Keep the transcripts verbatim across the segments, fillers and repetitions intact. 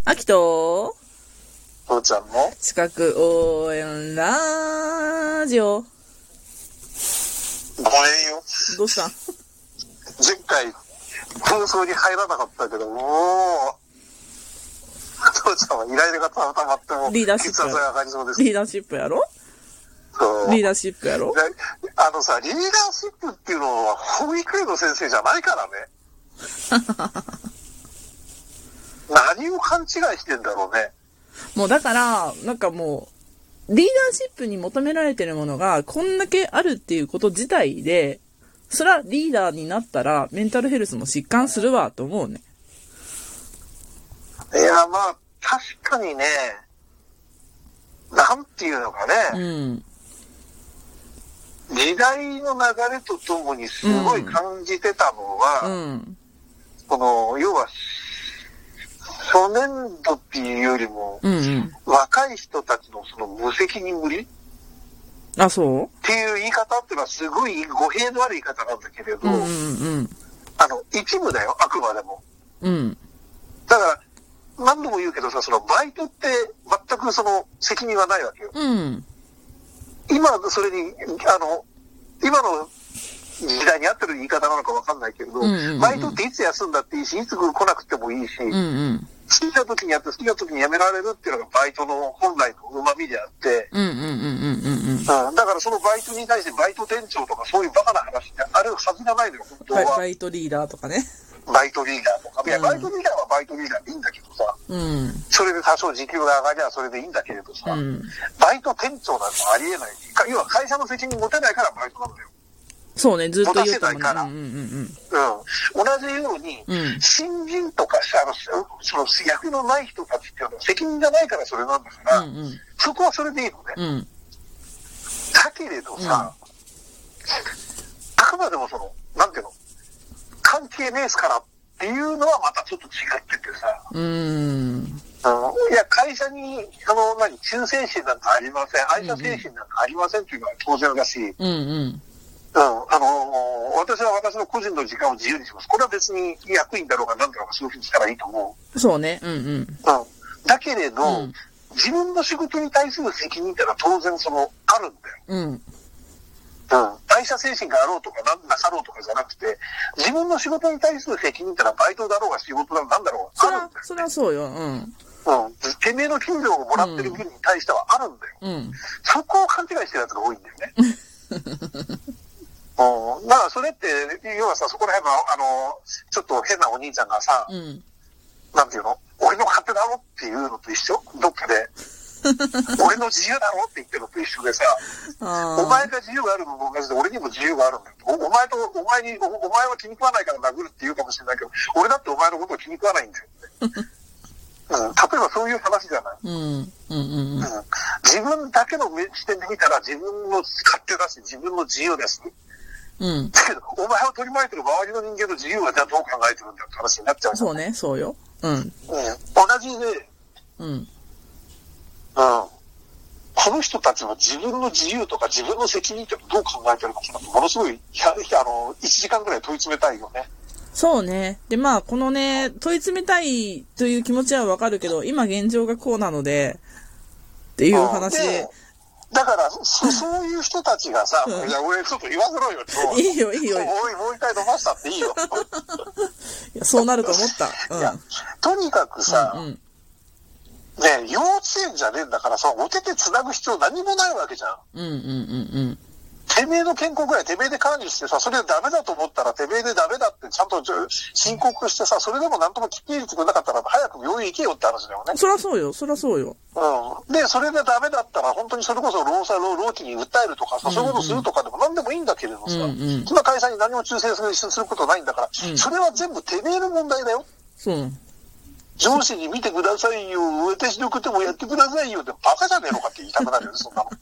あきと父ちゃんの近く応援ラジオ。 ごめんよ。 どうした？ 前回放送に入らなかったけど、もう父ちゃんはイライラがたまってもリーダーシップ血圧が上がりそうです。 リーダーシップやろそうリーダーシップやろあのさ、リーダーシップっていうのは保育園の先生じゃないからね。何を勘違いしてんだろうね。 もうだからなんかもうリーダーシップに求められてるものがこんだけあるっていうこと自体で、そらリーダーになったらメンタルヘルスも疾患するわと思うね。 いや、まあ確かにね、なんていうのかね、 うん、 時代の流れとともにすごい感じてたのは、 うん、 この要は初年度っていうよりも、 うんうん、 若い人たちのその無責任ぶりあ、そうっていう言い方っていうのはすごい語弊のある言い方なんだけれど、 うんうんうん、 あの一部だよ、あくまでも。 うん、 だから何度も言うけどさ、そのバイトって全くその責任はないわけよ。 うん、 今それにあの今の時代に合ってる言い方なのか分かんないけれど、うんうんうん、バイトっていつ休んだっていいし、いつ来なくてもいいし、 うんうん、 好きな時にやって好きな時に辞められるっていうのがバイトの本来の旨味であって、 うんうんうんうんうん、 だからそのバイトに対してバイト店長とかそういうバカな話ってあるはずがないのよ、本当は。 バイトリーダーとかね。 バイトリーダーとか。いや、バイトリーダーはバイトリーダーでいいんだけどさ、うん、それで多少時給が上がりゃそれでいいんだけれどさ、うん、バイト店長なんてありえない。要は会社の責任持てないからバイトなんだよ。 そうね、ずっと言ったもんね。 持たせないから。うんうんうんうん。同じように、うん、新人とかさ、あの、その役のない人たちっていうのは責任がないからそれなんだから、うんうん、そこはそれでいいのね。うん、だけれどさ、うん、あくまでもその、なんていうの、関係ねえすからっていうのはまたちょっと違っててさ、 うーん。 あのいや、会社に、あの、何、忠誠心なんかありません、愛社精神なんかありませんっていうのは当然だし、うんうんうん、あのー、私は私の個人の時間を自由にします。これは別に役員だろうが何だろうがそういうふうにしたらいいと思う。 そうね。うんうん。うん、 だけれど、うん、自分の仕事に対する責任ってのは当然その、あるんだよ。うん。うん。愛社精神があろうとか何なかろうとかじゃなくて、自分の仕事に対する責任ってのはバイトだろうが仕事だろうが何だろうがあるんだよ、ね。 そりゃそうよ。うん。うん。 てめえの給料をもらってる分に対してはあるんだよ。うん。そこを勘違いしてるやつが多いんだよね。うん、だからそれって要はさ、そこら辺のあのちょっと変なお兄ちゃんがさ、うん、なんていうの、俺の勝手だろっていうのと一緒、どっかで俺の自由だろって言ってるのと一緒でさ、お前が自由があるのも同じで俺にも自由があるんだよ。お, お前とお前におお前は気に食わないから殴るって言うかもしれないけど、俺だってお前のことを気に食わないんだよって。うん、例えばそういう話じゃない、うんうんうんうん、自分だけの視点で見たら自分の勝手だし自分の自由です、うん、だけどお前を取り巻いてる周りの人間の自由はじゃあどう考えてるんだって話になっちゃうじゃん。 そうね、そうよ、うんうん、 同じで、うんうん、この人たちは自分の自由とか自分の責任ってどう考えてるのかものすごいあのいちじかんぐらい問い詰めたいよね。 そうね。で、まあ、このね、問い詰めたいという気持ちはわかるけど、今現状がこうなので、っていう話で。 だからそ、そういう人たちがさ、うん、いや、俺ちょっと言わせろよ、 いいよ、いいよ。 もう、もう一回伸ばしたっていいよ。 いや、そうなると思った。うん、 いや、とにかくさ、うんうん、ね、幼稚園じゃねえんだからさ、お手手繋ぐ必要何もないわけじゃん。うんうんうんうん。てめえの健康ぐらいてめえで管理してさ、それでダメだと思ったらてめえでダメだってちゃんと申告してさ、それでもなんとも聞き入れてくれなかったら早く病院行けよって話だよね。 そりゃそうよ、そりゃそうよ。 うん。で、それでダメだったら本当にそれこそ労災、労基に訴えるとかさ、うんうん、そういうことするとかでも何でもいいんだけれどさ、うんうん、そんな会社に何も忠誠することないんだから、うん、それは全部てめえの問題だよ。そう。上司に見てくださいよ、私のこともやってくださいよってバカじゃねえのかって言いたくなるよね、そんなの。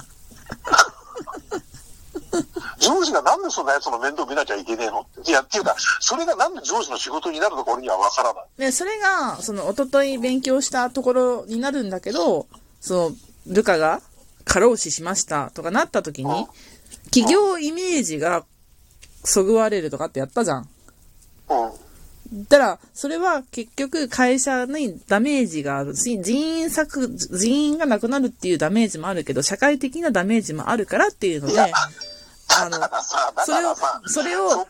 上司がなんでそんなやつの面倒見なきゃいけねえのって。いや、っていうか、それがなんで上司の仕事になるのか俺にはわからない。 ね、それが、その、一昨日勉強したところになるんだけど、その、部下が過労死しましたとかなった時に、うん、企業イメージがそぐわれるとかってやったじゃん。うん。 だから、それは結局会社にダメージがあるし、人員削、人員がなくなるっていうダメージもあるけど、社会的なダメージもあるからっていうので、あの、それを、それを、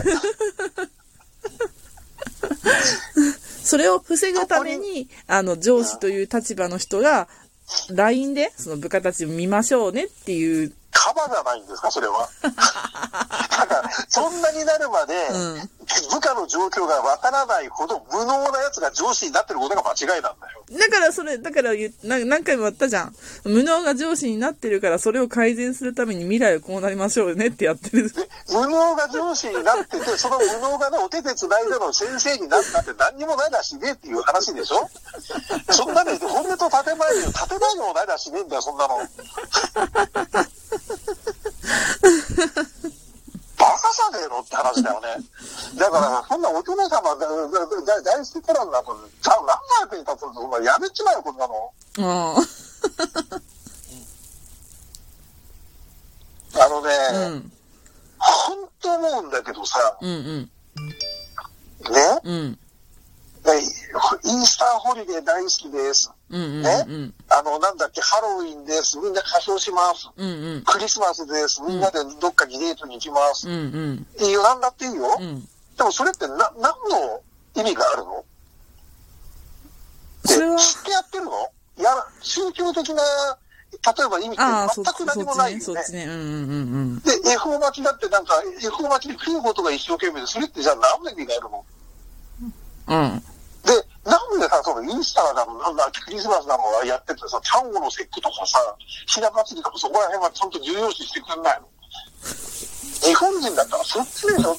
それを防ぐために、あの、上司という立場の人が、ライン で、その部下たちを見ましょうねっていう。 カバじゃないんですか、それは。だから、そんなになるまで、うん、部下の状況がわからないほど無能な奴が上司になってることが間違いなんだよ。 だからそれ、だから何回も言ったじゃん。無能が上司になってるから、それを改善するために未来をこうなりましょうねってやってる。 無能が上司になってて、その無能がね、お手手つないでの先生になったって何にもないらしねえっていう話でしょ。そんなね、本音と建前よ、建前もないらしねえんだよ、そんなの。バカじゃねえのって話だよね。だから、そんなお殿様大好きプランだと、じゃあ何の役に立つの、そんなやめちまえよ、こんなの。あのね、うん、本当思うんだけどさ、うんうん、ね、うんイースターホリデー大好きです。うんうんうん、ね。あの、なんだっけ、ハロウィンです。みんな仮装します。うんうん、クリスマスです。みんなでどっかにデートに行きます。うんうん、いいよ、なんだっていいよ。うん、でもそれってな、何の意味があるの？それは知ってやってるの？や、宗教的な、例えば意味って全く何もないよね。そっちね。うんうんうん、で、恵方巻きだってなんか、恵方巻きで食うことが一生懸命で、それってじゃあ何の意味があるの？うん。で、なんでさ、そのイースターだの、なんだ、クリスマスだのはやっててさ、端午の節句とかさ、ひな祭りとかそこら辺はちゃんと重要視してくれないの？日本人だったらそっちでしょって。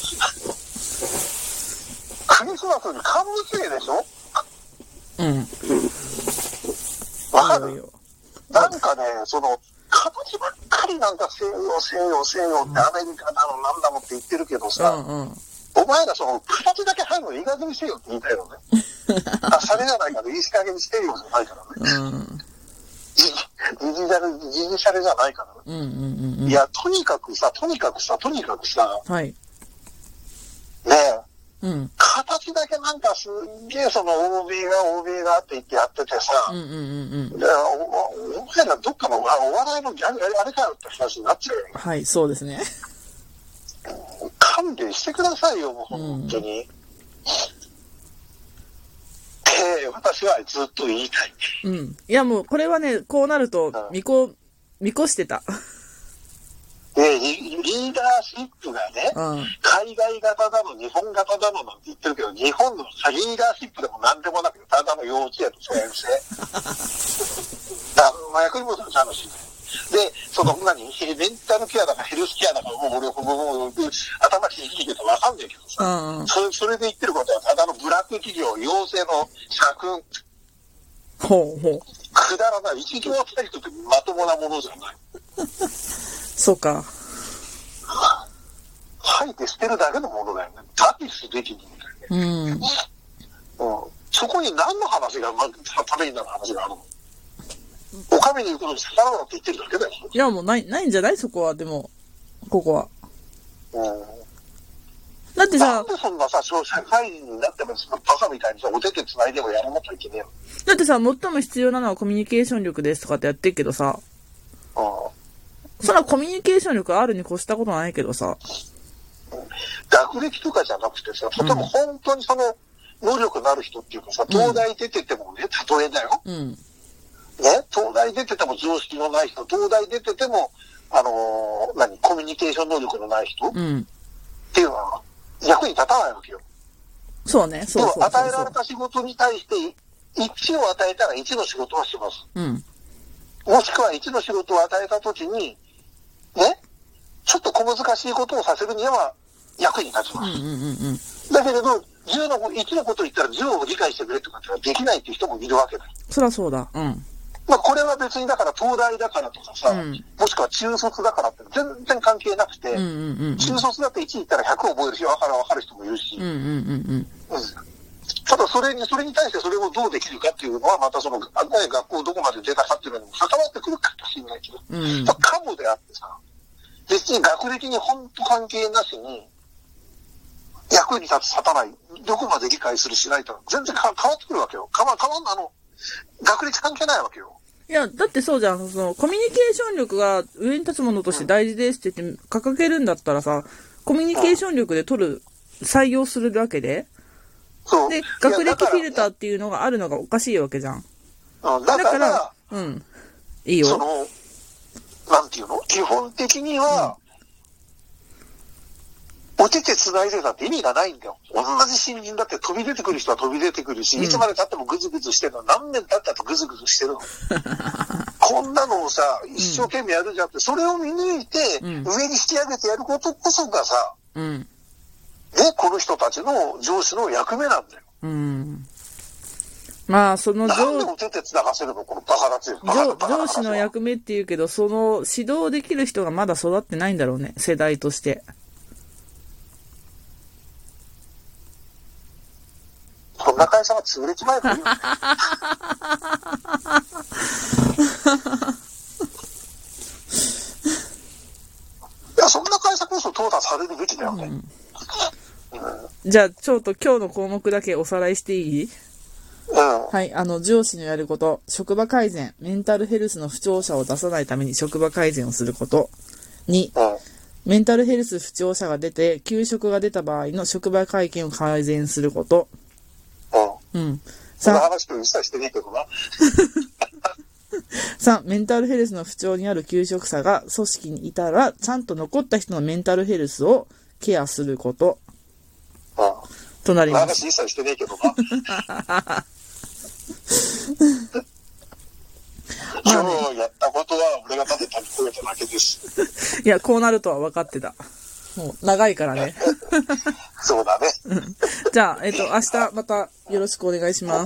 クリスマスに乾物芸でしょ？うん。わかる？なんかね、その、形ばっかりなんか西洋、西洋、西洋ってアメリカだの、なんだのって言ってるけどさ、うんうん、お前らその、形だけ入るのいい加減にせよって言いたいのね。あ、それじゃないから、いい加減にしてよじゃないからね。うん。じじじゃれ、じじしゃれじゃないからね。うんうんうん。いや、とにかくさ、とにかくさ、とにかくさ、はい。ねえ、うん、形だけなんかすんげえその オービー が オービー がって言ってやっててさ、うんうんうんうん、で お, お前らどっかのお笑いのギャグあれかよって話になっちゃうよね。 はい、そうですね。 勘弁してくださいよ、もう本当に。うん、って私はずっと言いたい。 うん。いやもうこれはね、こうなると見こ、うん、見越してた。 でリ、リーダーシップがね、うん、海外型だの、日本型だのなんて言ってるけど、日本のリーダーシップでも何でもなくて、ただの幼稚園と先生。何の役にも立たないしね。で、その、何、メンタルケアだかヘルスケアだか、もう俺、もう、頭きいててわかんないけどさ、うんうん、それ、それで言ってることは、ただのブラック企業、養成の社訓。ほうほう。くだらない。一行二人とってまともなものじゃない。 そうか。 吐いて捨てるだけのものだよね。ダビすべきものだよね。うん。うん。そこに何の話が、ま、ためになる話があるの？お上に言うことに逆らうなって言ってるだけだよ。 いや、もうない、ないんじゃないそこは、でも、ここは。うん。だってさ、 なんでそんなさ、社会人になってもバカみたいにさ、お手手繋いでもやらなきゃいけねえの？ だってさ、最も必要なのはコミュニケーション力ですとかってやってるけどさ、ああ。そらコミュニケーション力あるに越したことないけどさ。 学歴とかじゃなくてさ、例えば本当にその能力のある人っていうかさ、うん、東大出ててもね、例えだよ。うん。ね、東大出てても常識のない人、東大出てても、あのー、何、コミュニケーション能力のない人、うん、っていうのは役に立たないわけよ。 そうね、そうそうそうそう。 与えられた仕事に対していちを与えたらいちの仕事はします。うん。もしくはいちの仕事を与えたときに、ね、ちょっと小難しいことをさせるには役に立ちます。うんうんうんうん、だけれど、じゅうの、いちのことを言ったらじゅうを理解してくれとかってのはできないっていう人もいるわけだよ。 そりゃそうだ。うん。 まあこれは別にだから東大だからとかさ、うん、もしくは中卒だからって全然関係なくて、うんうんうんうん、中卒だっていち言ったらひゃく覚えるし、分かる分かる人もいるし、うんうんうんうん。ただそれに、それに対してそれをどうできるかっていうのはまたその、学校どこまで出たかっていうのにも関わってくるかもしれないけど、うん、かもであってさ、別に学歴に本当関係なしに、 役に立つ、立たない、どこまで理解するしないと、全然か変わってくるわけよ。変わ、変わんあの、学歴関係ないわけよ。 いや、だってそうじゃん。その、コミュニケーション力が上に立つものとして大事ですって言って掲げるんだったらさ、コミュニケーション力で取る、採用するだけで、 そう。 で、学歴フィルターっていうのがあるのがおかしいわけじゃん。 うん、だから、だからうん。いいよ。 その、なんていうの？基本的には、うん、お手手繋いでたって意味がないんだよ。同じ新人だって飛び出てくる人は飛び出てくるし、うん、いつまで経ってもグズグズしてるの。何年経ったとグズグズしてるの。こんなのをさ、一生懸命やるじゃんって、それを見抜いて、上に引き上げてやることこそがさ、うん、で、この人たちの上司の役目なんだよ。 うん。まあ、その上、 なんでお手手繋がせるのこのバカだつよ。上, 上司の役目って言うけど、その指導できる人がまだ育ってないんだろうね、世代として。 そんな会社は潰れちまえばいいよ。いや、そんな会社こそ淘汰されるべきだよね。うんうん、じゃあ、ちょっと今日の項目だけおさらいしていい？ うん、 はい、あの、上司のやること、職場改善、メンタルヘルスの不調者を出さないために職場改善をすること。に、うん、メンタルヘルス不調者が出て、休職が出た場合の職場会見を改善すること。うん。うん。 その話と一切してねえけどな。 さん、メンタルヘルスの不調にある休職者が組織にいたら、ちゃんと残った人のメンタルヘルスをケアすること。 うん。 となります。 話一切してねえけどな。今日やったことは俺が立てたに超えただけです。 いや、こうなるとは分かってた。もう長いからね。 そうだね。 じゃあ、えっと、明日またよろしくお願いします。